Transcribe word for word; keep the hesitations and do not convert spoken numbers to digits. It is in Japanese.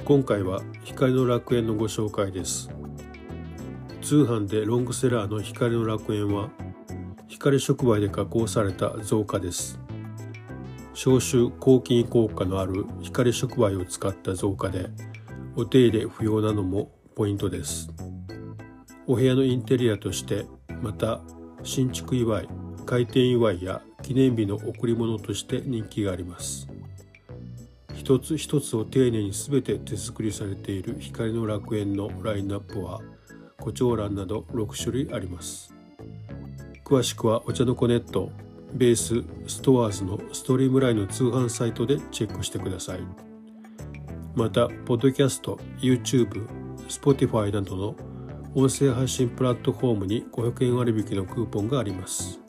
今回は光の楽園のご紹介です。通販でロングセラーの光の楽園は光触媒で加工された造花です。消臭抗菌効果のある光触媒を使った造花でお手入れ不要なのもポイントです。お部屋のインテリアとして、また新築祝い、開店祝いや記念日の贈り物として人気があります。一つ一つを丁寧に全て手作りされている光の楽園のラインナップは胡蝶蘭などろくしゅるいあります。詳しくはお茶の子ネット、ベース、ストアーズのストリームラインの通販サイトでチェックしてください。また、ポッドキャスト、YouTube、Spotify などの音声配信プラットフォームにごひゃくえん割引のクーポンがあります。